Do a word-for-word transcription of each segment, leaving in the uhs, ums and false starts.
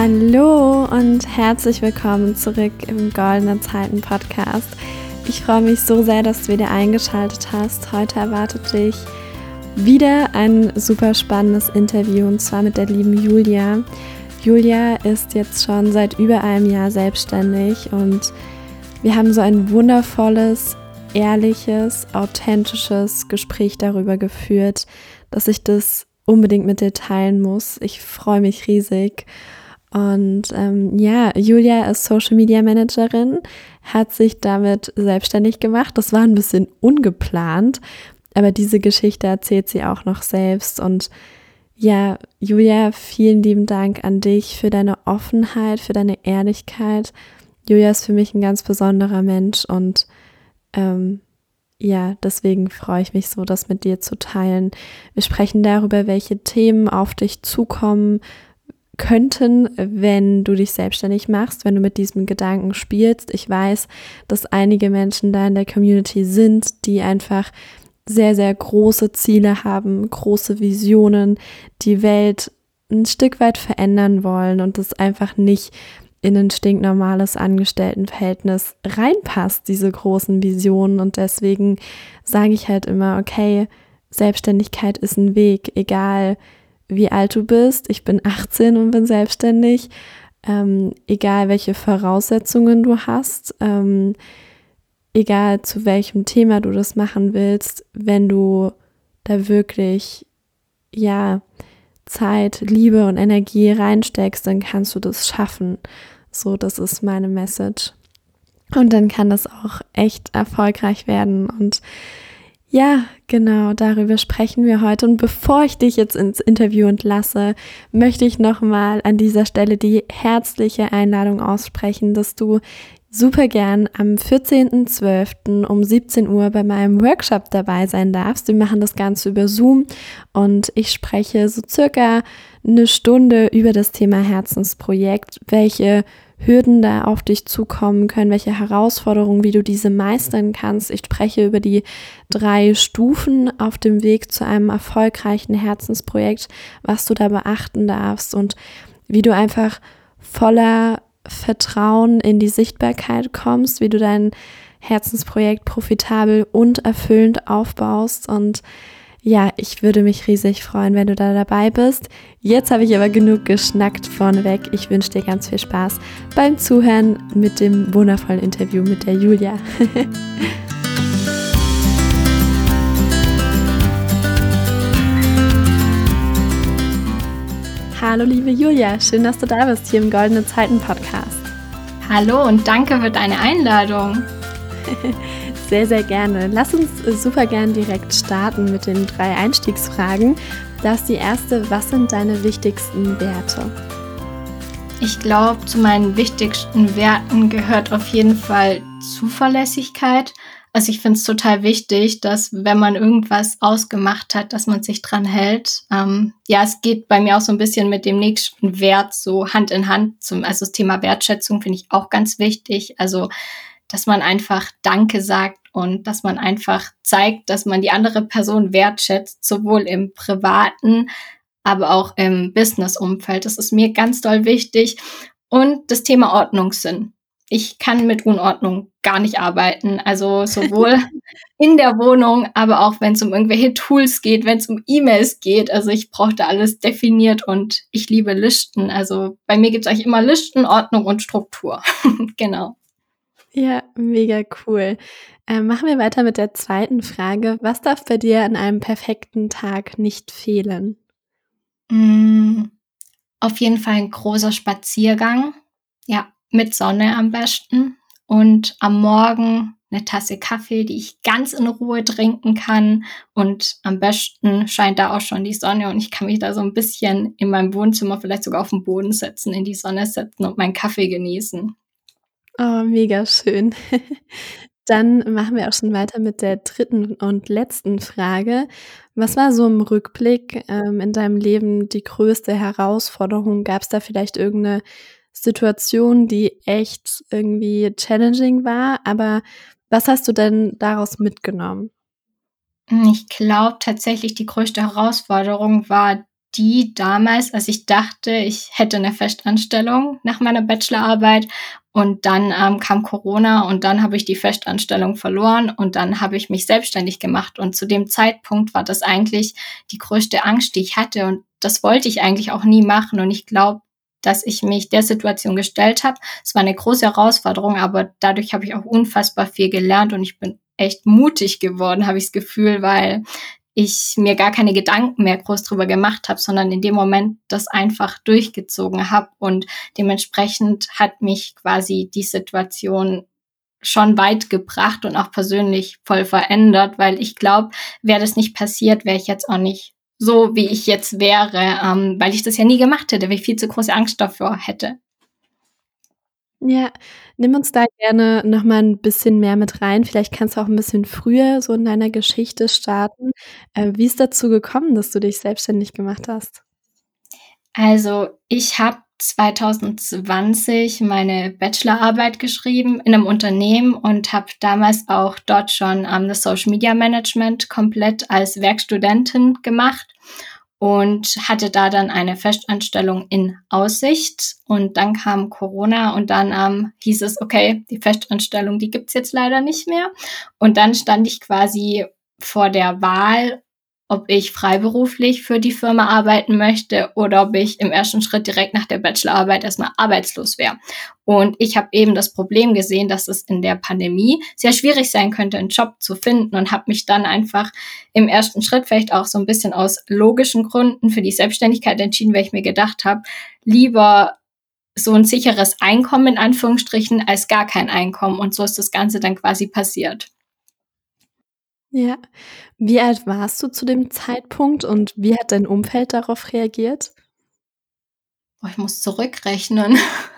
Hallo und herzlich willkommen zurück im Goldene Zeiten Podcast. Ich freue mich so sehr, dass du wieder eingeschaltet hast. Heute erwartet dich wieder ein super spannendes Interview und zwar mit der lieben Julia. Julia ist jetzt schon seit über einem Jahr selbstständig und wir haben so ein wundervolles, ehrliches, authentisches Gespräch darüber geführt, dass ich das unbedingt mit dir teilen muss. Ich freue mich riesig. Und ähm, ja, Julia ist Social Media Managerin, hat sich damit selbstständig gemacht. Das war ein bisschen ungeplant, aber diese Geschichte erzählt sie auch noch selbst. Und ja, Julia, vielen lieben Dank an dich für deine Offenheit, für deine Ehrlichkeit. Julia ist für mich ein ganz besonderer Mensch und ähm, ja, deswegen freue ich mich so, das mit dir zu teilen. Wir sprechen darüber, welche Themen auf dich zukommen könnten, wenn du dich selbstständig machst, wenn du mit diesem Gedanken spielst. Ich weiß, dass einige Menschen da in der Community sind, die einfach sehr, sehr große Ziele haben, große Visionen, die Welt ein Stück weit verändern wollen und das einfach nicht in ein stinknormales Angestelltenverhältnis reinpasst, diese großen Visionen. Und deswegen sage ich halt immer, okay, Selbstständigkeit ist ein Weg, egal wie alt du bist. Ich bin achtzehn und bin selbstständig. Ähm, egal welche Voraussetzungen du hast, ähm, egal zu welchem Thema du das machen willst, wenn du da wirklich, ja, Zeit, Liebe und Energie reinsteckst, dann kannst du das schaffen. So, das ist meine Message. Und dann kann das auch echt erfolgreich werden. Und ja, genau, darüber sprechen wir heute. Und bevor ich dich jetzt ins Interview entlasse, möchte ich nochmal an dieser Stelle die herzliche Einladung aussprechen, dass du super gern am vierzehnten zwölften um siebzehn Uhr bei meinem Workshop dabei sein darfst. Wir machen das Ganze über Zoom und ich spreche so circa eine Stunde über das Thema Herzensprojekt, welche Hürden da auf dich zukommen können, welche Herausforderungen, wie du diese meistern kannst. Ich spreche über die drei Stufen auf dem Weg zu einem erfolgreichen Herzensprojekt, was du da beachten darfst und wie du einfach voller Vertrauen in die Sichtbarkeit kommst, wie du dein Herzensprojekt profitabel und erfüllend aufbaust. Und ja, ich würde mich riesig freuen, wenn du da dabei bist. Jetzt habe ich aber genug geschnackt vorneweg. Ich wünsche dir ganz viel Spaß beim Zuhören mit dem wundervollen Interview mit der Julia. Hallo liebe Julia, schön, dass du da bist hier im Goldene Zeiten Podcast. Hallo und danke für deine Einladung. Sehr, sehr gerne. Lass uns super gern direkt starten mit den drei Einstiegsfragen. Da ist die erste, was sind deine wichtigsten Werte? Ich glaube, zu meinen wichtigsten Werten gehört auf jeden Fall Zuverlässigkeit. Also ich finde es total wichtig, dass wenn man irgendwas ausgemacht hat, dass man sich dran hält. Ähm, ja, es geht bei mir auch so ein bisschen mit dem nächsten Wert so Hand in Hand. Zum, also das Thema Wertschätzung finde ich auch ganz wichtig. Also dass man einfach Danke sagt und dass man einfach zeigt, dass man die andere Person wertschätzt, sowohl im privaten, aber auch im Business-Umfeld. Das ist mir ganz doll wichtig. Und das Thema Ordnungssinn. Ich kann mit Unordnung gar nicht arbeiten. Also sowohl in der Wohnung, aber auch wenn es um irgendwelche Tools geht, wenn es um E-Mails geht. Also ich brauche da alles definiert und ich liebe Listen. Also bei mir gibt es eigentlich immer Listen, Ordnung und Struktur. Genau. Ja, mega cool. Ähm, machen wir weiter mit der zweiten Frage. Was darf bei dir an einem perfekten Tag nicht fehlen? Mm, auf jeden Fall ein großer Spaziergang. Ja, mit Sonne am besten. Und am Morgen eine Tasse Kaffee, die ich ganz in Ruhe trinken kann. Und am besten scheint da auch schon die Sonne und ich kann mich da so ein bisschen in meinem Wohnzimmer vielleicht sogar auf den Boden setzen, in die Sonne setzen und meinen Kaffee genießen. Oh, mega schön. Dann machen wir auch schon weiter mit der dritten und letzten Frage. Was war so im Rückblick ähm, in deinem Leben die größte Herausforderung? Gab es da vielleicht irgendeine Situation, die echt irgendwie challenging war? Aber was hast du denn daraus mitgenommen? Ich glaube tatsächlich, die größte Herausforderung war die damals, als ich dachte, ich hätte eine Festanstellung nach meiner Bachelorarbeit und dann ähm, kam Corona und dann habe ich die Festanstellung verloren und dann habe ich mich selbstständig gemacht und zu dem Zeitpunkt war das eigentlich die größte Angst, die ich hatte und das wollte ich eigentlich auch nie machen und ich glaube, dass ich mich der Situation gestellt habe. Es war eine große Herausforderung, aber dadurch habe ich auch unfassbar viel gelernt und ich bin echt mutig geworden, habe ich das Gefühl, weil ich mir gar keine Gedanken mehr groß drüber gemacht habe, sondern in dem Moment das einfach durchgezogen habe und dementsprechend hat mich quasi die Situation schon weit gebracht und auch persönlich voll verändert, weil ich glaube, wäre das nicht passiert, wäre ich jetzt auch nicht so, wie ich jetzt wäre, ähm, weil ich das ja nie gemacht hätte, weil ich viel zu große Angst davor hätte. Ja, nimm uns da gerne noch mal 'n bisschen mehr mit rein. Vielleicht kannst du auch 'n bisschen früher so in deiner Geschichte starten. Äh, wie ist dazu gekommen, dass du dich selbstständig gemacht hast? Also, ich habe zwanzig zwanzig meine Bachelorarbeit geschrieben in einem Unternehmen und habe damals auch dort schon, ähm, das Social Media Management komplett als Werkstudentin gemacht und hatte da dann eine Festanstellung in Aussicht. Und dann kam Corona und dann, ähm, hieß es: „Okay, die Festanstellung, die gibt's jetzt leider nicht mehr.“ Und dann stand ich quasi vor der Wahl, ob ich freiberuflich für die Firma arbeiten möchte oder ob ich im ersten Schritt direkt nach der Bachelorarbeit erstmal arbeitslos wäre. Und ich habe eben das Problem gesehen, dass es in der Pandemie sehr schwierig sein könnte, einen Job zu finden und habe mich dann einfach im ersten Schritt vielleicht auch so ein bisschen aus logischen Gründen für die Selbstständigkeit entschieden, weil ich mir gedacht habe, lieber so ein sicheres Einkommen in Anführungsstrichen als gar kein Einkommen. Und so ist das Ganze dann quasi passiert. Ja. Wie alt warst du zu dem Zeitpunkt und wie hat dein Umfeld darauf reagiert? Boah, ich muss zurückrechnen.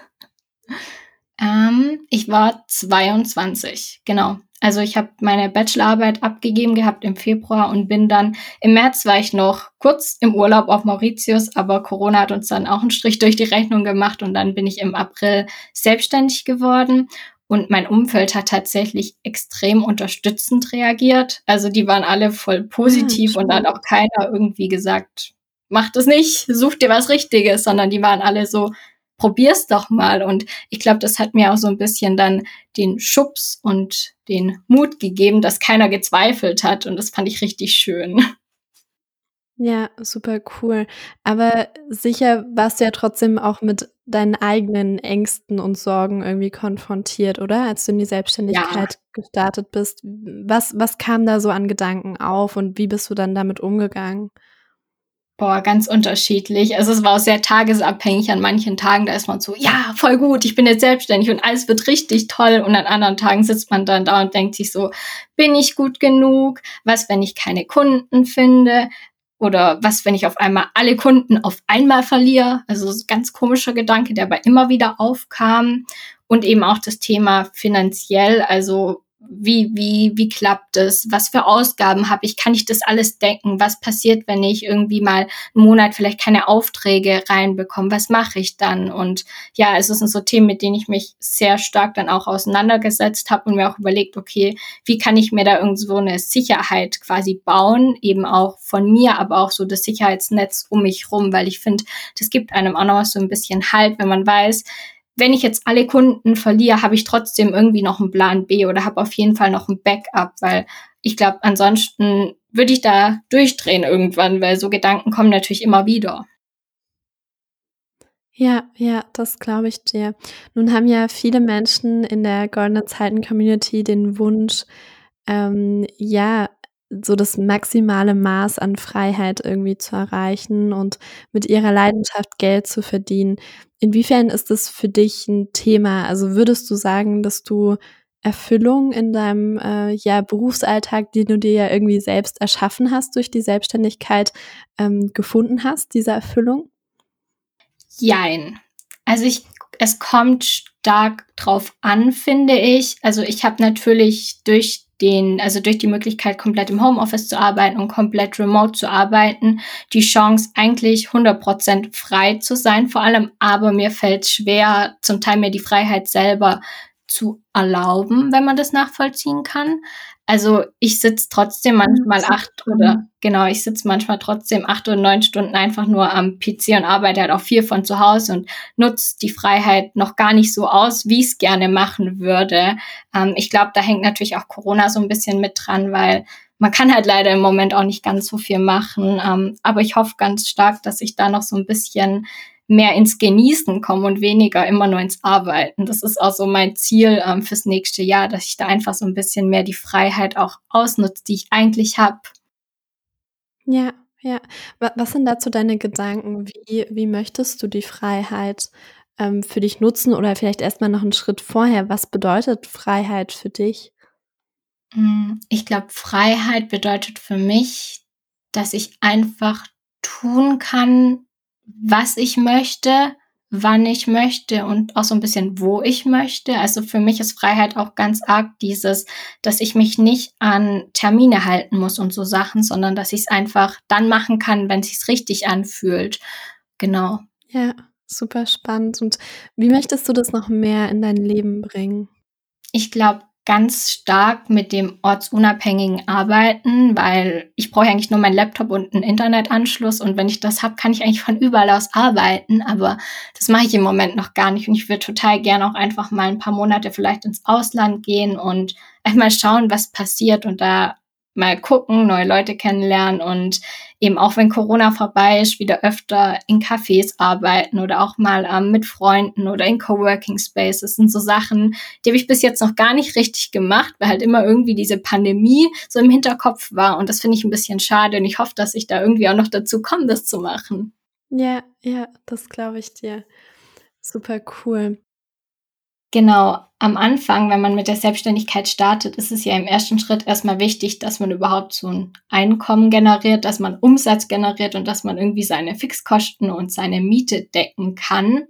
Ähm, ich war zweiundzwanzig, genau. Also, ich habe meine Bachelorarbeit abgegeben gehabt im Februar und bin dann im März war ich noch kurz im Urlaub auf Mauritius, aber Corona hat uns dann auch 'n Strich durch die Rechnung gemacht und dann bin ich im April selbstständig geworden und mein Umfeld hat tatsächlich extrem unterstützend reagiert. Also, die waren alle voll Ah, positiv und da hat spannend. auch keiner irgendwie gesagt: „Mach das nicht, such dir was Richtiges“, sondern die waren alle so: „Probier's doch mal.“ Und ich glaube, das hat mir auch so ein bisschen dann den Schubs und den Mut gegeben, dass keiner gezweifelt hat und das fand ich richtig schön. Ja, super cool. Aber sicher warst du ja trotzdem auch mit deinen eigenen Ängsten und Sorgen irgendwie konfrontiert, oder? Als du in die Ja, Selbstständigkeit gestartet bist. Was was kam da so an Gedanken auf und wie bist du dann damit umgegangen? boah, ganz unterschiedlich. Also, es war auch sehr tagesabhängig. An manchen Tagen, da ist man so: „Ja, voll gut, ich bin jetzt selbstständig und alles wird richtig toll.“ Und an anderen Tagen sitzt man dann da und denkt sich so: „Bin ich gut genug? Was, wenn ich keine Kunden finde? Oder was, wenn ich auf einmal alle Kunden auf einmal verliere?“ Also, so 'n ganz komischer Gedanke, der aber immer wieder aufkam. Und eben auch das Thema finanziell, also wie wie wie klappt es? Was für Ausgaben habe ich? Kann ich das alles decken? Was passiert, wenn ich irgendwie mal 'n Monat vielleicht keine Aufträge reinbekomme? Was mache ich dann? Und ja, also es sind so Themen, mit denen ich mich sehr stark dann auch auseinandergesetzt habe und mir auch überlegt: „Okay, wie kann ich mir da irgendwo eine Sicherheit quasi bauen?“ Eben auch von mir, aber auch so das Sicherheitsnetz um mich rum, weil ich finde, das gibt einem auch noch mal so ein bisschen Halt, wenn man weiß, wenn ich jetzt alle Kunden verliere, habe ich trotzdem irgendwie noch einen Plan B oder habe auf jeden Fall noch ein Backup, weil ich glaube, ansonsten würde ich da durchdrehen irgendwann, weil so Gedanken kommen natürlich immer wieder. Ja, ja, das glaube ich dir. Nun haben ja viele Menschen in der Goldenen Zeiten-Community den Wunsch, ähm, ja, so das maximale Maß an Freiheit irgendwie zu erreichen und mit ihrer Leidenschaft Geld zu verdienen. Inwiefern ist das für dich ein Thema? Also, würdest du sagen, dass du Erfüllung in deinem, äh, ja, Berufsalltag, den du dir ja irgendwie selbst erschaffen hast durch die Selbstständigkeit, ähm, gefunden hast, diese Erfüllung? Jein. Also, ich es kommt stark drauf an, finde ich. Also, ich habe natürlich durch den also, durch die Möglichkeit, komplett im Homeoffice zu arbeiten und komplett remote zu arbeiten, die Chance, eigentlich hundert Prozent frei zu sein vor allem, aber mir fällt's schwer, zum Teil mir die Freiheit selber zu erlauben, wenn man das nachvollziehen kann. Also ich sitze trotzdem manchmal Ja, acht oder genau, ich sitze manchmal trotzdem acht oder neun Stunden einfach nur am P C und arbeite halt auch viel von zu Hause und nutze die Freiheit noch gar nicht so aus, wie ich es gerne machen würde. Ähm, ich glaube, da hängt natürlich auch Corona so ein bisschen mit dran, weil man kann halt leider im Moment auch nicht ganz so viel machen. Ähm, aber ich hoffe ganz stark, dass ich da noch so ein bisschen mehr ins Genießen komme und weniger immer nur ins Arbeiten. Das ist auch so mein Ziel ähm, fürs nächste Jahr, dass ich da einfach so ein bisschen mehr die Freiheit auch ausnutze, die ich eigentlich habe. Ja, ja. Wa was sind dazu deine Gedanken? Wie wie möchtest du die Freiheit, ähm, für dich nutzen oder vielleicht erst mal noch 'n Schritt vorher. Was bedeutet Freiheit für dich? Hm, ich glaube, Freiheit bedeutet für mich, dass ich einfach tun kann, was ich möchte, wann ich möchte und auch so ein bisschen, wo ich möchte. Also, für mich ist Freiheit auch ganz arg dieses, dass ich mich nicht an Termine halten muss und so Sachen, sondern dass ich es einfach dann machen kann, wenn sich's richtig anfühlt. Genau. Ja, super spannend. Und wie möchtest du das noch mehr in dein Leben bringen? Ich glaube, ganz stark mit dem ortsunabhängigen Arbeiten, weil ich brauche eigentlich nur meinen Laptop und 'n Internetanschluss und wenn ich das habe, kann ich eigentlich von überall aus arbeiten, aber das mache ich im Moment noch gar nicht und ich würde total gerne auch einfach mal 'n paar Monate vielleicht ins Ausland gehen und einfach mal schauen, was passiert und da mal gucken, neue Leute kennenlernen und eben auch, wenn Corona vorbei ist, wieder öfter in Cafés arbeiten oder auch mal, ähm, mit Freunden oder in Coworking Spaces sind so Sachen, die habe ich bis jetzt noch gar nicht richtig gemacht, weil halt immer irgendwie diese Pandemie so im Hinterkopf war und das finde ich ein bisschen schade und ich hoffe, dass ich da irgendwie auch noch dazu komme, das zu machen. Ja, ja, das glaube ich dir. Super cool. Genau, am Anfang, wenn man mit der Selbstständigkeit startet, ist es ja im ersten Schritt erstmal wichtig, dass man überhaupt so ein Einkommen generiert, dass man Umsatz generiert und dass man irgendwie seine Fixkosten und seine Miete decken kann.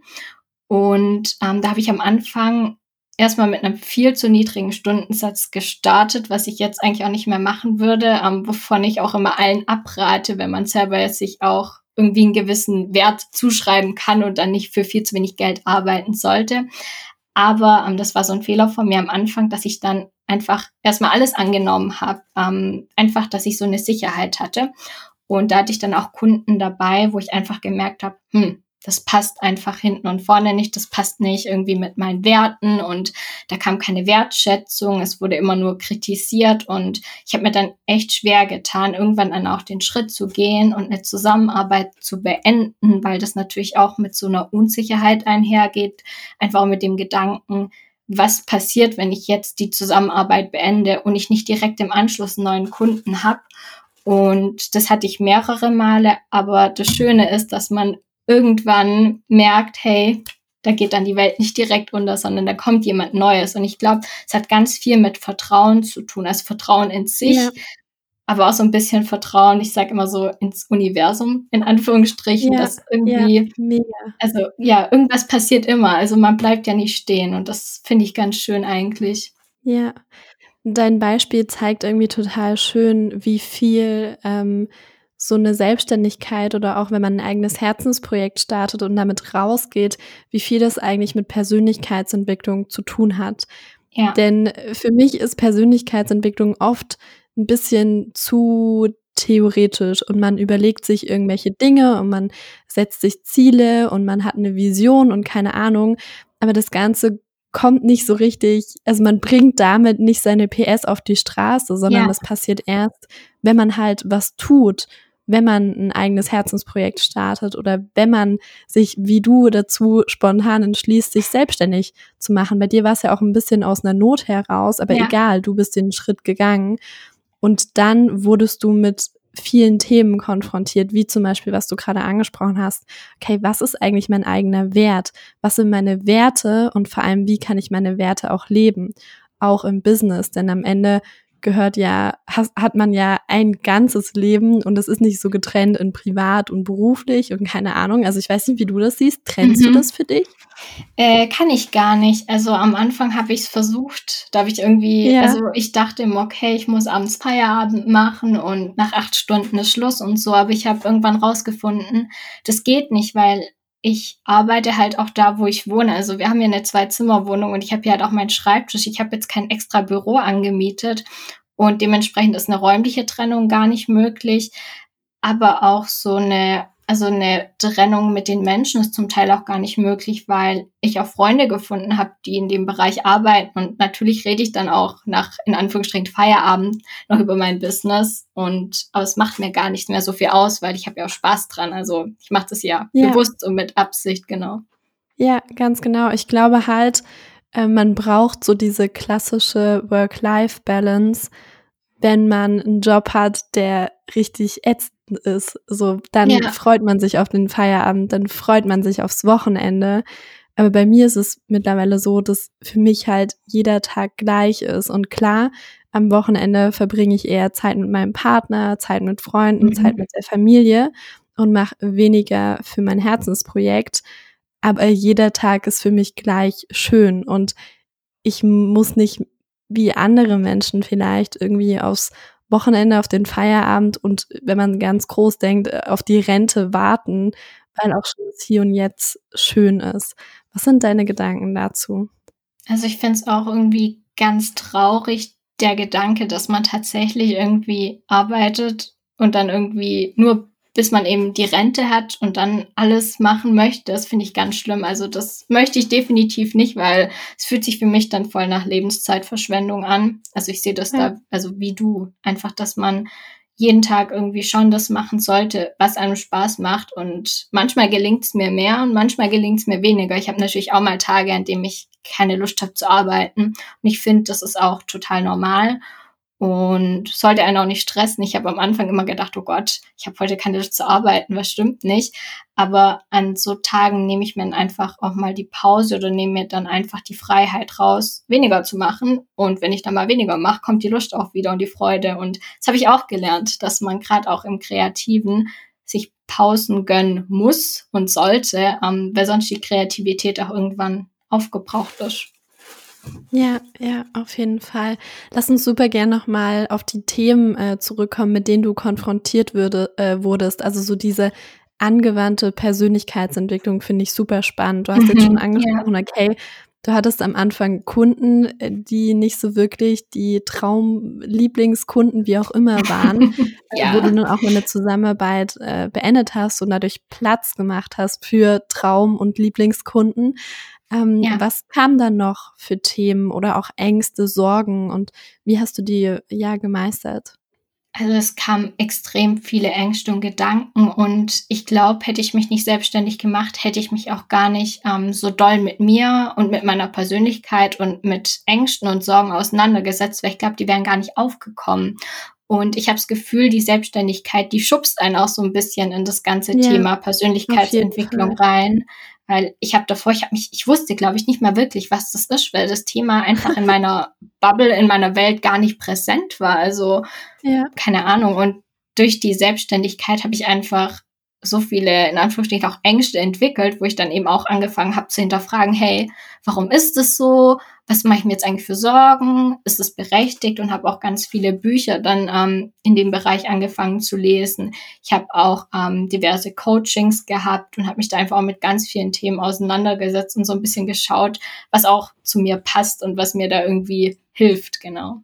Und, ähm, da habe ich am Anfang erstmal mit einem viel zu niedrigen Stundensatz gestartet, was ich jetzt eigentlich auch nicht mehr machen würde, ähm, wovon ich auch immer allen abrate, wenn man selber sich auch irgendwie einen gewissen Wert zuschreiben kann und dann nicht für viel zu wenig Geld arbeiten sollte. Aber, ähm, das war so ein Fehler von mir am Anfang, dass ich dann einfach erstmal alles angenommen habe, ähm, einfach, dass ich so eine Sicherheit hatte. Und da hatte ich dann auch Kunden dabei, wo ich einfach gemerkt habe: „Hm, das passt einfach hinten und vorne nicht, das passt nicht irgendwie mit meinen Werten“ und da kam keine Wertschätzung. Es wurde immer nur kritisiert und ich habe mir dann echt schwer getan, irgendwann dann auch den Schritt zu gehen und eine Zusammenarbeit zu beenden, weil das natürlich auch mit so einer Unsicherheit einhergeht, einfach auch mit dem Gedanken: „Was passiert, wenn ich jetzt die Zusammenarbeit beende und ich nicht direkt im Anschluss 'n neuen Kunden habe?“ Und das hatte ich mehrere Male, aber das Schöne ist, dass man irgendwann merkt: „Hey, da geht dann die Welt nicht direkt unter, sondern da kommt jemand Neues.“ Und ich glaube, es hat ganz viel mit Vertrauen zu tun, also Vertrauen in Ja, sich, aber auch so 'n bisschen Vertrauen, ich sage immer so, ins Universum in Anführungsstrichen, ja, dass ja, irgendwie mega. also, ja, irgendwas passiert immer. Also, man bleibt ja nicht stehen und das finde ich ganz schön eigentlich. Ja. Dein Beispiel zeigt irgendwie total schön, wie viel, ähm, so 'ne Selbstständigkeit oder auch wenn man 'n eigenes Herzensprojekt startet und damit rausgeht, wie viel das eigentlich mit Persönlichkeitsentwicklung zu tun hat. Ja, Denn, äh, für mich ist Persönlichkeitsentwicklung oft 'n bisschen zu theoretisch und man überlegt sich irgendwelche Dinge und man setzt sich Ziele und man hat 'ne Vision und keine Ahnung, aber das Ganze kommt nicht so richtig, also, man bringt damit nicht seine P S auf die Straße, sondern ja, das passiert erst, wenn man halt was tut, wenn man 'n eigenes Herzensprojekt startet oder wenn man sich wie du dazu spontan entschließt, sich selbstständig zu machen. Bei dir war's ja auch 'n bisschen aus 'ner Not heraus, aber ja. egal, du bist den Schritt gegangen und dann wurdest du mit vielen Themen konfrontiert, wie zum Beispiel, was du grade angesprochen hast. Okay, was ist eigentlich mein eigener Wert? Was sind meine Werte und vor allem, wie kann ich meine Werte auch leben? Auch im Business, denn am Ende gehört ja has hat man ja ein ganzes Leben und es ist nicht so getrennt in privat und beruflich und keine Ahnung. Also, ich weiß nicht, wie du das siehst. Trennst du das Mhm. für dich? Äh, kann ich gar nicht. Also, am Anfang habe ich's versucht. Da habe ich irgendwie Ja, also, ich dachte immer: „Okay, ich muss abends Feierabend machen und nach acht Stunden ist Schluss“ und so. Aber ich habe irgendwann rausgefunden, das geht nicht, weil ich arbeite halt auch da, wo ich wohne. Also wir haben hier eine Zwei-Zimmer-Wohnung und ich habe hier halt auch meinen Schreibtisch. Ich habe jetzt kein extra Büro angemietet und dementsprechend ist eine räumliche Trennung gar nicht möglich. Aber auch so eine, also eine Trennung mit den Menschen ist zum Teil auch gar nicht möglich, weil ich auch Freunde gefunden habe, die in dem Bereich arbeiten. Und natürlich rede ich dann auch nach, in Anführungsstrichen, Feierabend noch über mein Business. Und aber es macht mir gar nicht mehr so viel aus, weil ich habe ja auch Spaß dran. Also ich mache das ja, Ja. bewusst und mit Absicht, genau. Ja, ganz genau. Ich glaube halt, äh, man braucht so diese klassische Work-Life-Balance, wenn man einen Job hat, der richtig ätzend ist. So, dann Ja. freut man sich auf den Feierabend, dann freut man sich aufs Wochenende. Aber bei mir ist es mittlerweile so, dass für mich halt jeder Tag gleich ist. Und klar, am Wochenende verbringe ich eher Zeit mit meinem Partner, Zeit mit Freunden, Mhm. Zeit mit der Familie und mache weniger für mein Herzensprojekt. Aber jeder Tag ist für mich gleich schön und ich muss nicht wie andere Menschen vielleicht irgendwie aufs Wochenende, auf den Feierabend und wenn man ganz groß denkt, äh, auf die Rente warten, weil auch schon das Hier und Jetzt schön ist. Was sind deine Gedanken dazu? Also ich finde es auch irgendwie ganz traurig, der Gedanke, dass man tatsächlich irgendwie arbeitet und dann irgendwie nur bis man eben die Rente hat und dann alles machen möchte. Das finde ich ganz schlimm. Also das möchte ich definitiv nicht, weil es fühlt sich für mich dann voll nach Lebenszeitverschwendung an. Also ich sehe das Ja. da, also wie du, einfach, dass man jeden Tag irgendwie schon das machen sollte, was einem Spaß macht. Und manchmal gelingt es mir mehr und manchmal gelingt es mir weniger. Ich habe natürlich auch mal Tage, an denen ich keine Lust habe zu arbeiten. Und ich finde, das ist auch total normal und sollte einen auch nicht stressen. Ich habe am Anfang immer gedacht, oh Gott, ich habe heute keine Lust zu arbeiten, was stimmt nicht. Aber an so Tagen nehme ich mir dann einfach auch mal die Pause oder nehme mir dann einfach die Freiheit raus, weniger zu machen. Und wenn ich dann mal weniger mache, kommt die Lust auch wieder und die Freude. Und das habe ich auch gelernt, dass man gerade auch im Kreativen sich Pausen gönnen muss und sollte, ähm, weil sonst die Kreativität auch irgendwann aufgebraucht ist. Ja, ja, auf jeden Fall. Lass uns super gern noch mal auf die Themen äh, zurückkommen, mit denen du konfrontiert würde, äh, wurdest. Also so diese angewandte Persönlichkeitsentwicklung finde ich super spannend. Du hast jetzt schon Mhm, ja. angesprochen, okay, du hattest am Anfang Kunden, äh, die nicht so wirklich die Traumlieblingskunden, wie auch immer waren, äh, wo du Ja. dann auch mal eine Zusammenarbeit äh, beendet hast und dadurch Platz gemacht hast für Traum- und Lieblingskunden. Ähm, Ja. was kam dann noch für Themen oder auch Ängste, Sorgen und wie hast du die, ja, gemeistert? Also es kamen extrem viele Ängste und Gedanken und ich glaube, hätte ich mich nicht selbstständig gemacht, hätte ich mich auch gar nicht ähm, so doll mit mir und mit meiner Persönlichkeit und mit Ängsten und Sorgen auseinandergesetzt, weil ich glaube, die wären gar nicht aufgekommen. Und ich habe das Gefühl, die Selbstständigkeit, die schubst einen auch so ein bisschen in das ganze Ja, Thema auf jeden Persönlichkeitsentwicklung Fall. rein, weil ich habe davor, ich habe mich, ich wusste, glaube ich, nicht mal wirklich, was das ist, weil das Thema einfach in meiner Bubble, in meiner Welt gar nicht präsent war. Also Ja. keine Ahnung. Und durch die Selbstständigkeit habe ich einfach so viele, in Anführungsstrichen, auch Ängste entwickelt, wo ich dann eben auch angefangen habe zu hinterfragen, hey, warum ist es so? Was mache ich mir jetzt eigentlich für Sorgen? Ist es berechtigt? Und habe auch ganz viele Bücher dann ähm, in dem Bereich angefangen zu lesen. Ich habe auch ähm, diverse Coachings gehabt und habe mich da einfach auch mit ganz vielen Themen auseinandergesetzt und so ein bisschen geschaut, was auch zu mir passt und was mir da irgendwie hilft, genau.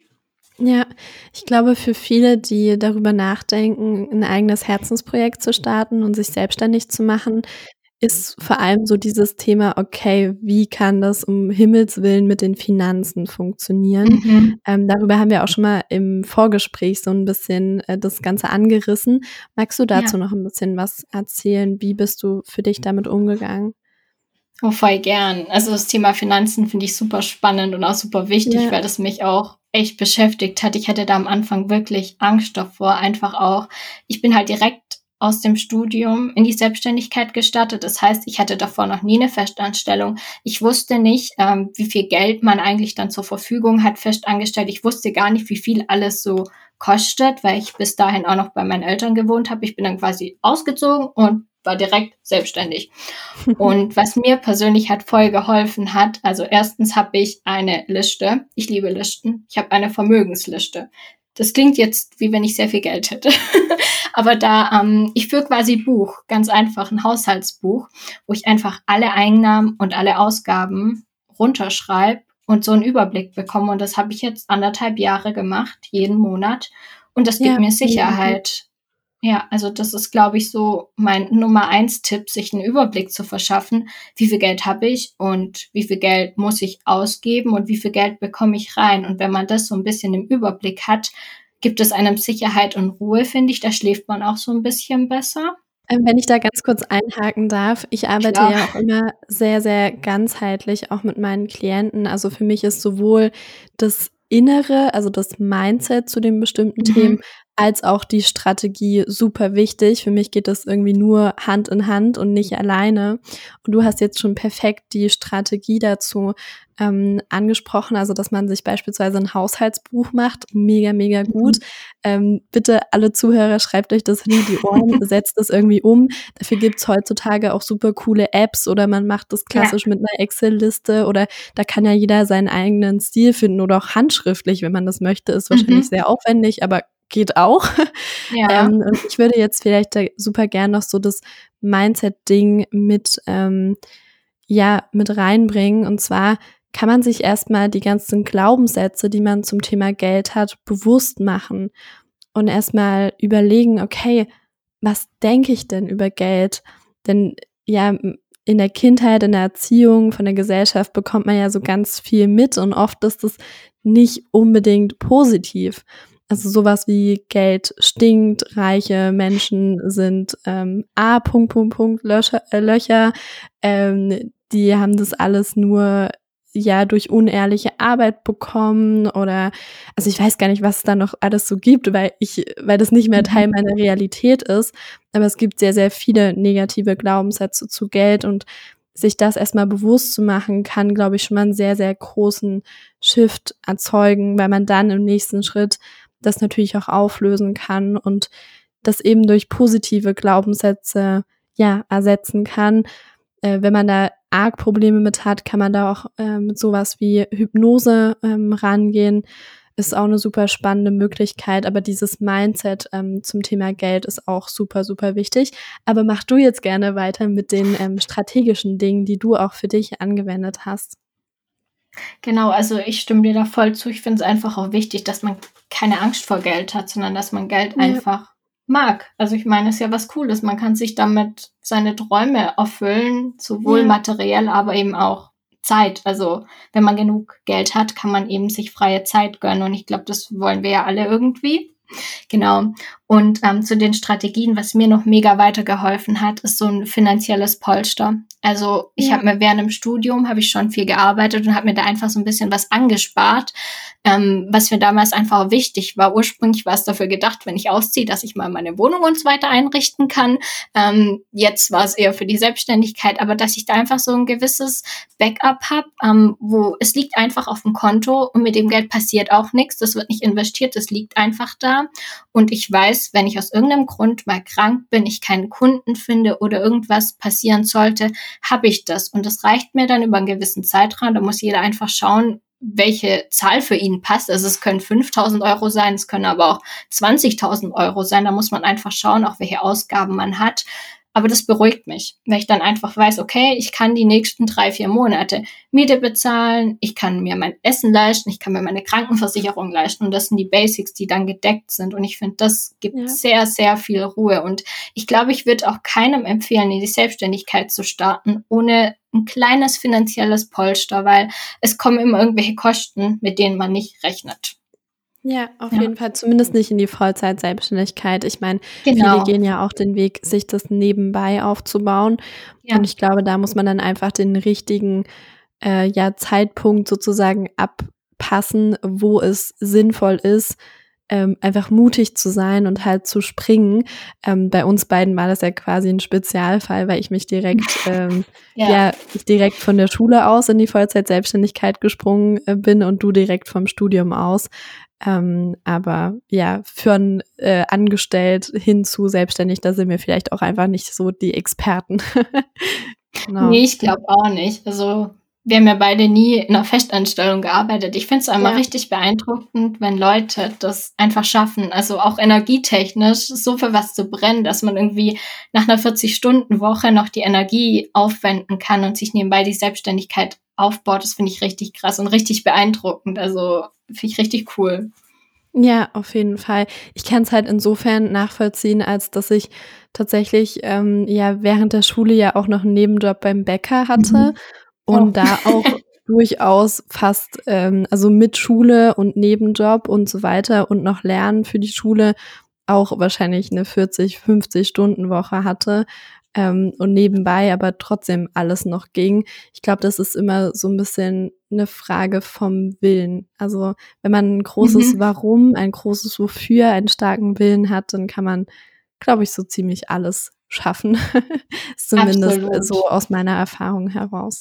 Ja, ich glaube, für viele, die darüber nachdenken, ein eigenes Herzensprojekt zu starten und sich selbstständig zu machen, ist vor allem so dieses Thema: „Okay, wie kann das um Himmels Willen mit den Finanzen funktionieren?“ Mhm. Ähm, darüber haben wir auch schon mal im Vorgespräch so 'n bisschen, äh, das Ganze angerissen. Magst du dazu Ja. noch 'n bisschen was erzählen? Wie bist du für dich damit umgegangen? Oh, voll gern. Also das Thema Finanzen finde ich super spannend und auch super wichtig, Ja, weil das mich auch echt beschäftigt hat. Ich hatte da am Anfang wirklich Angst davor, einfach auch. Ich bin halt direkt aus dem Studium in die Selbstständigkeit gestartet. Das heißt, ich hatte davor noch nie eine Festanstellung. Ich wusste nicht, ähm, wie viel Geld man eigentlich dann zur Verfügung hat, festangestellt. Ich wusste gar nicht, wie viel alles so kostet, weil ich bis dahin auch noch bei meinen Eltern gewohnt habe. Ich bin dann quasi ausgezogen und war direkt selbstständig. Und was mir persönlich halt voll geholfen hat, also erstens habe ich eine Liste. Ich liebe Listen. Ich habe eine Vermögensliste. das klingt jetzt, wie wenn ich sehr viel Geld hätte. Aber da, ähm, ich führe quasi Buch, ganz einfach ein Haushaltsbuch, wo ich einfach alle Einnahmen und alle Ausgaben runterschreibe und so einen Überblick bekomme. Und das habe ich jetzt anderthalb Jahre gemacht, jeden Monat. Und das gibt Ja, mir mega gut. Sicherheit. Ja, also das ist, glaube ich, so mein Nummer eins Tipp, sich einen Überblick zu verschaffen. Wie viel Geld habe ich und wie viel Geld muss ich ausgeben und wie viel Geld bekomme ich rein? Und wenn man das so ein bisschen im Überblick hat, gibt es einem Sicherheit und Ruhe, finde ich. Da schläft man auch so ein bisschen besser. Ähm, wenn ich da ganz kurz einhaken darf, ich arbeite Klar. ja auch immer sehr, sehr ganzheitlich, auch mit meinen Klienten. Also für mich ist sowohl das Innere, also das Mindset zu den bestimmten Mhm. Themen, als auch die Strategie super wichtig. Für mich geht das irgendwie nur Hand in Hand und nicht alleine. Und du hast jetzt schon perfekt die Strategie dazu ähm, angesprochen, also dass man sich beispielsweise ein Haushaltsbuch macht. Mega, mega gut. Mhm. Ähm, bitte alle Zuhörer, schreibt euch das hinter die Ohren, setzt das irgendwie um. Dafür gibt's heutzutage auch super coole Apps oder man macht das Ja. klassisch mit einer Excel-Liste oder da kann ja jeder seinen eigenen Stil finden oder auch handschriftlich, wenn man das möchte. Ist wahrscheinlich Mhm. sehr aufwendig, aber geht auch. Ja. Ähm, und ich würde jetzt vielleicht da super gern noch so das Mindset-Ding mit, ähm, ja, mit reinbringen. Und zwar kann man sich erstmal die ganzen Glaubenssätze, die man zum Thema Geld hat, bewusst machen und erstmal überlegen, okay, was denke ich denn über Geld? Denn ja, in der Kindheit, in der Erziehung, von der Gesellschaft bekommt man ja so ganz viel mit und oft ist es nicht unbedingt positiv. Also sowas wie Geld stinkt, reiche Menschen sind ähm, A, Punkt, Punkt, Punkt, Löcher, äh, Löcher ähm, die haben das alles nur ja durch unehrliche Arbeit bekommen oder also ich weiß gar nicht, was es da noch alles so gibt, weil ich, weil das nicht mehr Teil Mhm. meiner Realität ist. Aber es gibt sehr, sehr viele negative Glaubenssätze zu Geld und sich das erstmal bewusst zu machen, kann, glaube ich, schon mal einen sehr, sehr großen Shift erzeugen, weil man dann im nächsten Schritt das natürlich auch auflösen kann und das eben durch positive Glaubenssätze ja ersetzen kann. Äh, wenn man da arg Probleme mit hat, kann man da auch äh, mit sowas wie Hypnose ähm, rangehen. Ist auch eine super spannende Möglichkeit, aber dieses Mindset ähm, zum Thema Geld ist auch super, super wichtig. Aber mach du jetzt gerne weiter mit den ähm, strategischen Dingen, die du auch für dich angewendet hast. Genau, also ich stimme dir da voll zu. Ich finde es einfach auch wichtig, dass man keine Angst vor Geld hat, sondern dass man Geld Ja. einfach mag. Also ich meine, es ist ja was Cooles. Man kann sich damit seine Träume erfüllen, sowohl Ja. materiell, aber eben auch Zeit. Also wenn man genug Geld hat, kann man eben sich freie Zeit gönnen. Und ich glaube, das wollen wir ja alle irgendwie. Genau. Und ähm, zu den Strategien, was mir noch mega weitergeholfen hat, ist so ein finanzielles Polster. Also ich Ja. habe mir während dem Studium, habe ich schon viel gearbeitet und habe mir da einfach so ein bisschen was angespart, ähm, was mir damals einfach wichtig war. Ursprünglich war es dafür gedacht, wenn ich ausziehe, dass ich mal meine Wohnung und so weiter einrichten kann. Ähm, jetzt war es eher für die Selbstständigkeit, aber dass ich da einfach so ein gewisses Backup habe, ähm, wo es liegt einfach auf dem Konto und mit dem Geld passiert auch nichts. Das wird nicht investiert, das liegt einfach da. Und ich weiß, wenn ich aus irgendeinem Grund mal krank bin, ich keinen Kunden finde oder irgendwas passieren sollte, habe ich das. Und das reicht mir dann über einen gewissen Zeitraum. Da muss jeder einfach schauen, welche Zahl für ihn passt. Also es können fünftausend Euro sein, es können aber auch zwanzigtausend Euro sein. Da muss man einfach schauen, auch welche Ausgaben man hat. Aber das beruhigt mich, weil ich dann einfach weiß, okay, ich kann die nächsten drei, vier Monate Miete bezahlen, ich kann mir mein Essen leisten, ich kann mir meine Krankenversicherung leisten und das sind die Basics, die dann gedeckt sind. Und ich finde, das gibt Ja. sehr, sehr viel Ruhe. Und ich glaube, ich würde auch keinem empfehlen, in die Selbstständigkeit zu starten, ohne ein kleines finanzielles Polster, weil es kommen immer irgendwelche Kosten, mit denen man nicht rechnet. Ja, auf Ja. jeden Fall, zumindest nicht in die Vollzeit-Selbstständigkeit. Ich meine, Genau. viele gehen ja auch den Weg, sich das nebenbei aufzubauen. Ja. Und ich glaube, da muss man dann einfach den richtigen äh, ja, Zeitpunkt sozusagen abpassen, wo es sinnvoll ist, ähm, einfach mutig zu sein und halt zu springen. Ähm, bei uns beiden war das ja quasi ein Spezialfall, weil ich mich direkt, ähm, Ja. ja, ich direkt von der Schule aus in die Vollzeit-Selbstständigkeit gesprungen äh, bin und du direkt vom Studium aus. Ähm, aber ja, von äh, angestellt hin zu selbstständig, da sind wir vielleicht auch einfach nicht so die Experten. Genau. Nee, ich glaube auch nicht. Also wir haben ja beide nie in einer Festanstellung gearbeitet. Ich finde es einmal Ja. richtig beeindruckend, wenn Leute das einfach schaffen, also auch energietechnisch so für was zu brennen, dass man irgendwie nach einer vierzig-Stunden-Woche noch die Energie aufwenden kann und sich nebenbei die Selbstständigkeit aufbaut. Das finde ich richtig krass und richtig beeindruckend. Also finde ich richtig cool. Ja, auf jeden Fall. Ich kann es halt insofern nachvollziehen, als dass ich tatsächlich ähm, ja während der Schule ja auch noch einen Nebenjob beim Bäcker hatte Mhm. und Oh. da auch durchaus fast, ähm, also mit Schule und Nebenjob und so weiter und noch Lernen für die Schule auch wahrscheinlich eine vierzig, fünfzig Stunden Woche hatte ähm, und nebenbei aber trotzdem alles noch ging. Ich glaube, das ist immer so ein bisschen eine Frage vom Willen. Also wenn man ein großes Mhm. Warum, ein großes Wofür, einen starken Willen hat, dann kann man, glaube ich, so ziemlich alles schaffen. Zumindest Absolut. so aus meiner Erfahrung heraus.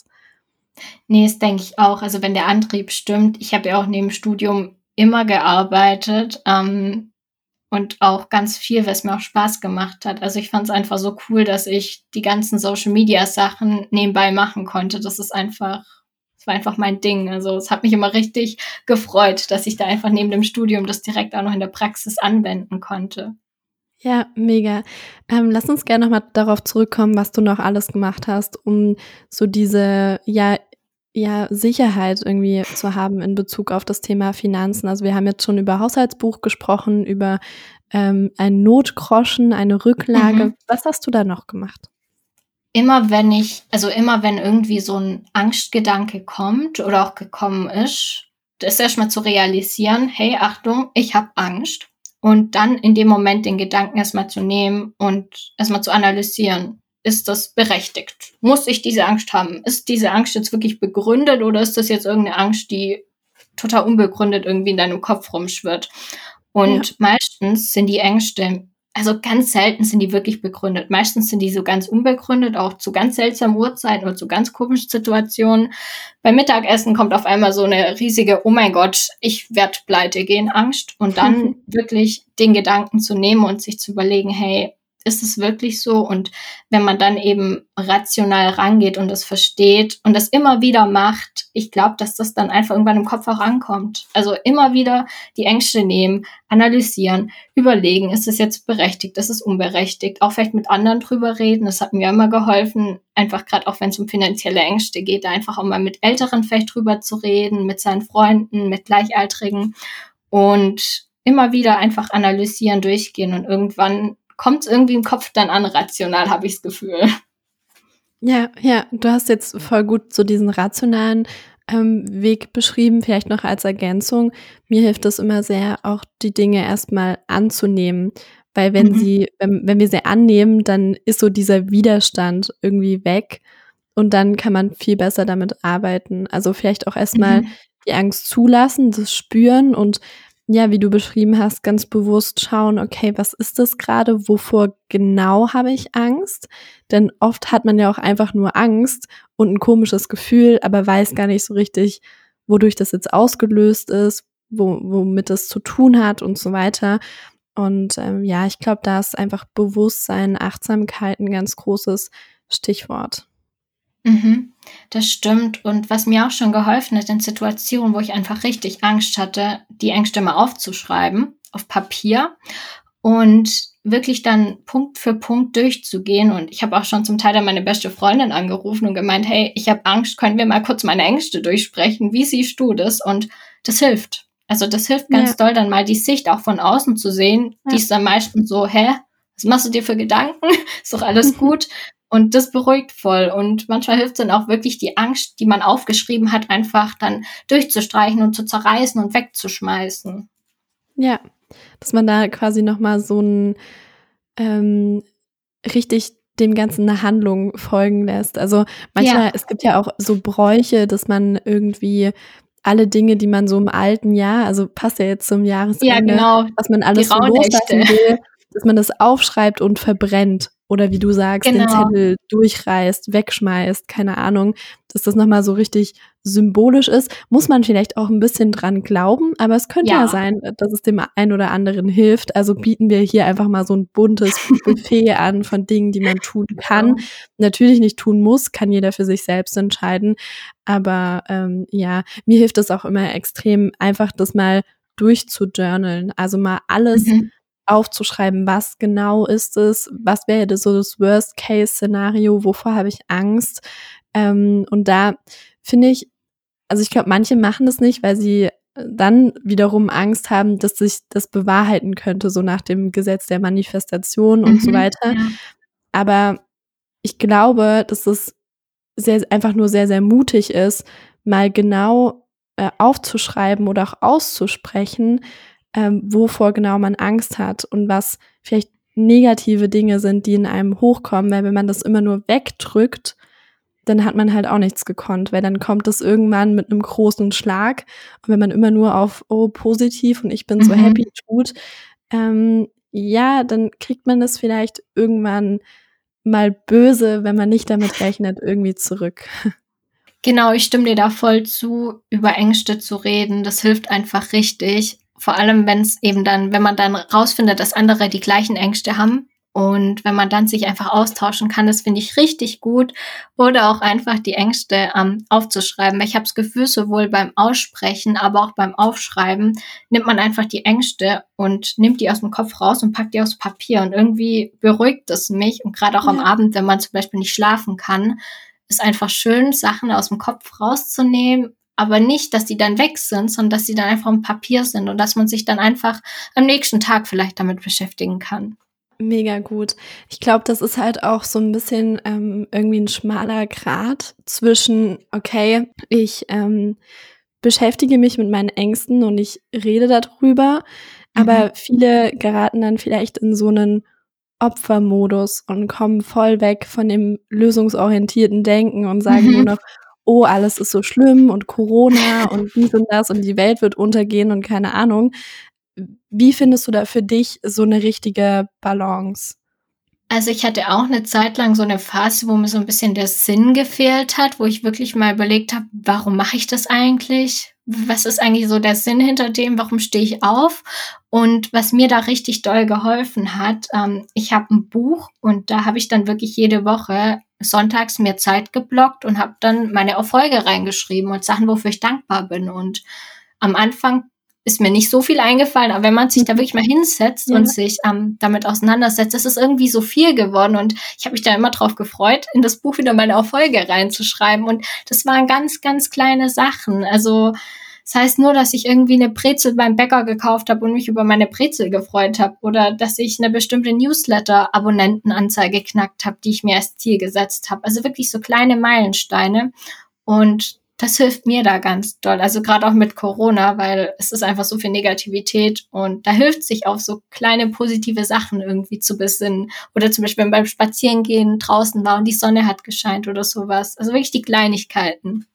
Nee, das denke ich auch. Also wenn der Antrieb stimmt, ich habe ja auch neben Studium immer gearbeitet, ähm, und auch ganz viel, was mir auch Spaß gemacht hat. Also ich fand es einfach so cool, dass ich die ganzen Social-Media-Sachen nebenbei machen konnte. Das ist einfach, das war einfach mein Ding. Also es hat mich immer richtig gefreut, dass ich da einfach neben dem Studium das direkt auch noch in der Praxis anwenden konnte. Ja, mega. Ähm, lass uns gerne noch mal darauf zurückkommen, was du noch alles gemacht hast, um so diese, ja ja, Sicherheit irgendwie zu haben in Bezug auf das Thema Finanzen. Also, wir haben jetzt schon über Haushaltsbuch gesprochen, über, ähm, ein Notgroschen, eine Rücklage. Mhm. Was hast du da noch gemacht? Immer wenn ich, also immer wenn irgendwie so ein Angstgedanke kommt oder auch gekommen ist, das erstmal zu realisieren, hey, Achtung, ich habe Angst. Und dann in dem Moment den Gedanken erstmal zu nehmen und erstmal zu analysieren, ist das berechtigt? Muss ich diese Angst haben? Ist diese Angst jetzt wirklich begründet oder ist das jetzt irgendeine Angst, die total unbegründet irgendwie in deinem Kopf rumschwirrt? Ja. Und meistens sind die Ängste, also ganz selten sind die wirklich begründet. Meistens sind die so ganz unbegründet, auch zu ganz seltsamen Uhrzeiten oder zu ganz komischen Situationen. Beim Mittagessen kommt auf einmal so eine riesige, oh mein Gott, ich werd pleite gehen, Angst. Und dann wirklich den Gedanken zu nehmen und sich zu überlegen, hey, ist es wirklich so? Und wenn man dann eben rational rangeht und das versteht und das immer wieder macht, ich glaube, dass das dann einfach irgendwann im Kopf auch ankommt. Also immer wieder die Ängste nehmen, analysieren, überlegen, ist es jetzt berechtigt, ist es unberechtigt, auch vielleicht mit anderen drüber reden, das hat mir immer geholfen, einfach gerade auch wenn es um finanzielle Ängste geht, da einfach auch mal mit Älteren vielleicht drüber zu reden, mit seinen Freunden, mit Gleichaltrigen und immer wieder einfach analysieren, durchgehen und irgendwann kommt es irgendwie im Kopf dann an, rational, habe ich das Gefühl. Ja, ja, du hast jetzt voll gut so diesen rationalen ähm, Weg beschrieben, vielleicht noch als Ergänzung. Mir hilft es immer sehr, auch die Dinge erstmal anzunehmen, weil wenn Mhm. sie, wenn, wenn wir sie annehmen, dann ist so dieser Widerstand irgendwie weg und dann kann man viel besser damit arbeiten. Also vielleicht auch erstmal Mhm. die Angst zulassen, das spüren und ja, wie du beschrieben hast, ganz bewusst schauen, okay, was ist das gerade? Wovor genau habe ich Angst? Denn oft hat man ja auch einfach nur Angst und ein komisches Gefühl, aber weiß gar nicht so richtig, wodurch das jetzt ausgelöst ist, wo, womit es zu tun hat und so weiter. Und ähm, ja, ich glaube, da ist einfach Bewusstsein, Achtsamkeit ein ganz großes Stichwort. Mhm, das stimmt. Und was mir auch schon geholfen hat in Situationen, wo ich einfach richtig Angst hatte, die Ängste mal aufzuschreiben auf Papier und wirklich dann Punkt für Punkt durchzugehen. Und ich habe auch schon zum Teil dann meine beste Freundin angerufen und gemeint, hey, ich habe Angst, können wir mal kurz meine Ängste durchsprechen? Wie siehst du das? Und das hilft. Also das hilft ganz Ja, doll, dann mal die Sicht auch von außen zu sehen. Die ja. ist dann meistens so, hä, was machst du dir für Gedanken? Ist doch alles gut. Und das beruhigt voll. Und manchmal hilft es dann auch wirklich, die Angst, die man aufgeschrieben hat, einfach dann durchzustreichen und zu zerreißen und wegzuschmeißen. Ja, dass man da quasi noch mal so 'n ähm, richtig dem Ganzen 'ne Handlung folgen lässt. Also, Ja, manchmal es gibt ja auch so Bräuche, dass man irgendwie alle Dinge, die man so im alten Jahr also, passt ja jetzt zum ja, Jahresende, genau. was man Die alles so Rauhnächte. loslassen will, dass man das aufschreibt und verbrennt oder wie du sagst, den Genau. Zettel durchreißt, wegschmeißt, keine Ahnung, dass das noch mal so richtig symbolisch ist, muss man vielleicht auch ein bisschen dran glauben, aber es könnte ja, Ja. sein, dass es dem einen oder anderen hilft. Also bieten wir hier einfach mal so ein buntes Buffet an von Dingen, die man tun kann. Ja. Natürlich nicht tun muss, kann jeder für sich selbst entscheiden. Aber ähm, ja, mir hilft es auch immer extrem, einfach das mal durchzujournalen. Also mal alles Mhm. aufzuschreiben, was genau ist es, was wäre so das Worst-Case-Szenario, wovor habe ich Angst. Ähm, und da finde ich, also ich glaube, manche machen das nicht, weil sie dann wiederum Angst haben, dass sich das bewahrheiten könnte, so nach dem Gesetz der Manifestation und Mhm. so weiter. Ja. Aber ich glaube, dass es sehr, einfach nur sehr, sehr mutig ist, mal genau äh, aufzuschreiben oder auch auszusprechen, ähm, wovor genau man Angst hat und was vielleicht negative Dinge sind, die in einem hochkommen, weil wenn man das immer nur wegdrückt, dann hat man halt auch nichts gekonnt, weil dann kommt es irgendwann mit einem großen Schlag und wenn man immer nur auf, oh, positiv und ich bin so Mhm. happy tut, ähm, ja, dann kriegt man das vielleicht irgendwann mal böse, wenn man nicht damit rechnet, irgendwie zurück. Genau, ich stimme dir da voll zu, über Ängste zu reden. Das hilft einfach richtig. Vor allem, wenn es eben dann, wenn man dann rausfindet, dass andere die gleichen Ängste haben und wenn man dann sich einfach austauschen kann, das finde ich richtig gut. Oder auch einfach die Ängste ähm, aufzuschreiben. Weil ich habe das Gefühl, sowohl beim Aussprechen, aber auch beim Aufschreiben nimmt man einfach die Ängste und nimmt die aus dem Kopf raus und packt die aufs Papier. Und irgendwie beruhigt es mich. Und gerade auch am Ja. Abend, wenn man zum Beispiel nicht schlafen kann, ist einfach schön, Sachen aus dem Kopf rauszunehmen, aber nicht, dass die dann weg sind, sondern dass sie dann einfach im Papier sind und dass man sich dann einfach am nächsten Tag vielleicht damit beschäftigen kann. Mega gut. Ich glaube, das ist halt auch so ein bisschen ähm, irgendwie ein schmaler Grat zwischen, okay, ich ähm, beschäftige mich mit meinen Ängsten und ich rede darüber, aber Mhm. viele geraten dann vielleicht in so einen Opfermodus und kommen voll weg von dem lösungsorientierten Denken und sagen nur Mhm. noch, oh, alles ist so schlimm und Corona und dies und das und die Welt wird untergehen und keine Ahnung. Wie findest du da für dich so eine richtige Balance? Also ich hatte auch eine Zeit lang so eine Phase, wo mir so ein bisschen der Sinn gefehlt hat, wo ich wirklich mal überlegt habe: „Warum mache ich das eigentlich? Was ist eigentlich so der Sinn hinter dem? Warum stehe ich auf?“ Und was mir da richtig doll geholfen hat, ähm, ich habe ein Buch und da habe ich dann wirklich jede Woche sonntags mir Zeit geblockt und habe dann meine Erfolge reingeschrieben und Sachen, wofür ich dankbar bin. Und am Anfang ist mir nicht so viel eingefallen, aber wenn man sich da Mhm. wirklich mal hinsetzt Ja. und sich ähm, damit auseinandersetzt, das ist irgendwie so viel geworden und ich habe mich da immer drauf gefreut, in das Buch wieder meine Erfolge reinzuschreiben und das waren ganz, ganz kleine Sachen. Also das heißt nur, dass ich irgendwie eine Brezel beim Bäcker gekauft habe und mich über meine Brezel gefreut habe oder dass ich eine bestimmte Newsletter-Abonnentenanzahl geknackt habe, die ich mir als Ziel gesetzt habe. Also wirklich so kleine Meilensteine und das hilft mir da ganz doll. Also gerade auch mit Corona, weil es ist einfach so viel Negativität und da hilft sich auf so kleine positive Sachen irgendwie zu besinnen. Oder zum Beispiel beim Spazierengehen draußen war und die Sonne hat gescheint oder sowas. Also wirklich die Kleinigkeiten.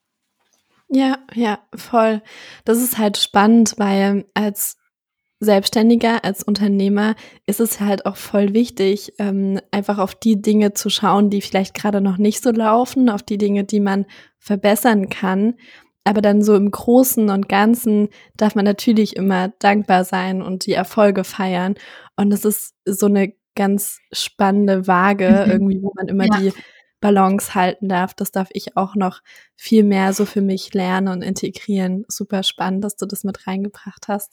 Ja, ja, voll. Das ist halt spannend, weil als Selbstständiger, als Unternehmer ist es halt auch voll wichtig, ähm, einfach auf die Dinge zu schauen, die vielleicht gerade noch nicht so laufen, auf die Dinge, die man verbessern kann. Aber dann so im Großen und Ganzen darf man natürlich immer dankbar sein und die Erfolge feiern. Und es ist so eine ganz spannende Waage Mhm. irgendwie, wo man immer Ja. die Balance halten darf. Das darf ich auch noch viel mehr so für mich lernen und integrieren. Super spannend, dass du das mit reingebracht hast.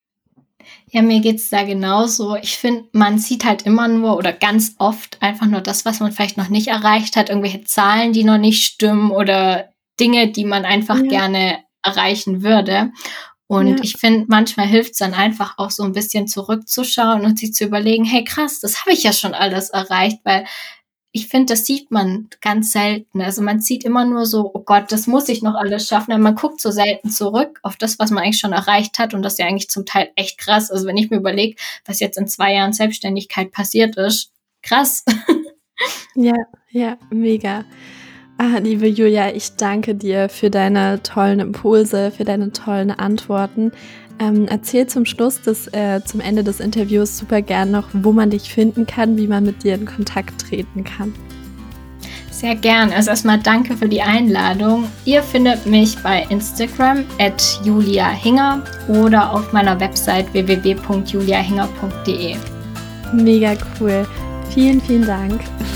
Ja, mir geht's da genauso. Ich finde, man sieht halt immer nur oder ganz oft einfach nur das, was man vielleicht noch nicht erreicht hat, irgendwelche Zahlen, die noch nicht stimmen oder Dinge, die man einfach Ja, gerne erreichen würde. Und ja, ich finde, manchmal hilft's dann einfach auch so ein bisschen zurückzuschauen und sich zu überlegen, hey krass, das habe ich ja schon alles erreicht, weil ich finde, das sieht man ganz selten. Also man sieht immer nur so, oh Gott, das muss ich noch alles schaffen. Aber man guckt so selten zurück auf das, was man eigentlich schon erreicht hat. Und das ist ja eigentlich zum Teil echt krass. Also wenn ich mir überlege, was jetzt in zwei Jahren Selbstständigkeit passiert ist, krass. ja, ja, mega. Ah, liebe Julia, ich danke dir für deine tollen Impulse, für deine tollen Antworten. Ähm, erzähl zum Schluss, des, äh, zum Ende des Interviews super gern noch, wo man dich finden kann, wie man mit dir in Kontakt treten kann. Sehr gern. Also erstmal danke für die Einladung. Ihr findet mich bei Instagram at juliahinger oder auf meiner Website w w w punkt juliahinger punkt d e. Mega cool. Vielen, vielen Dank.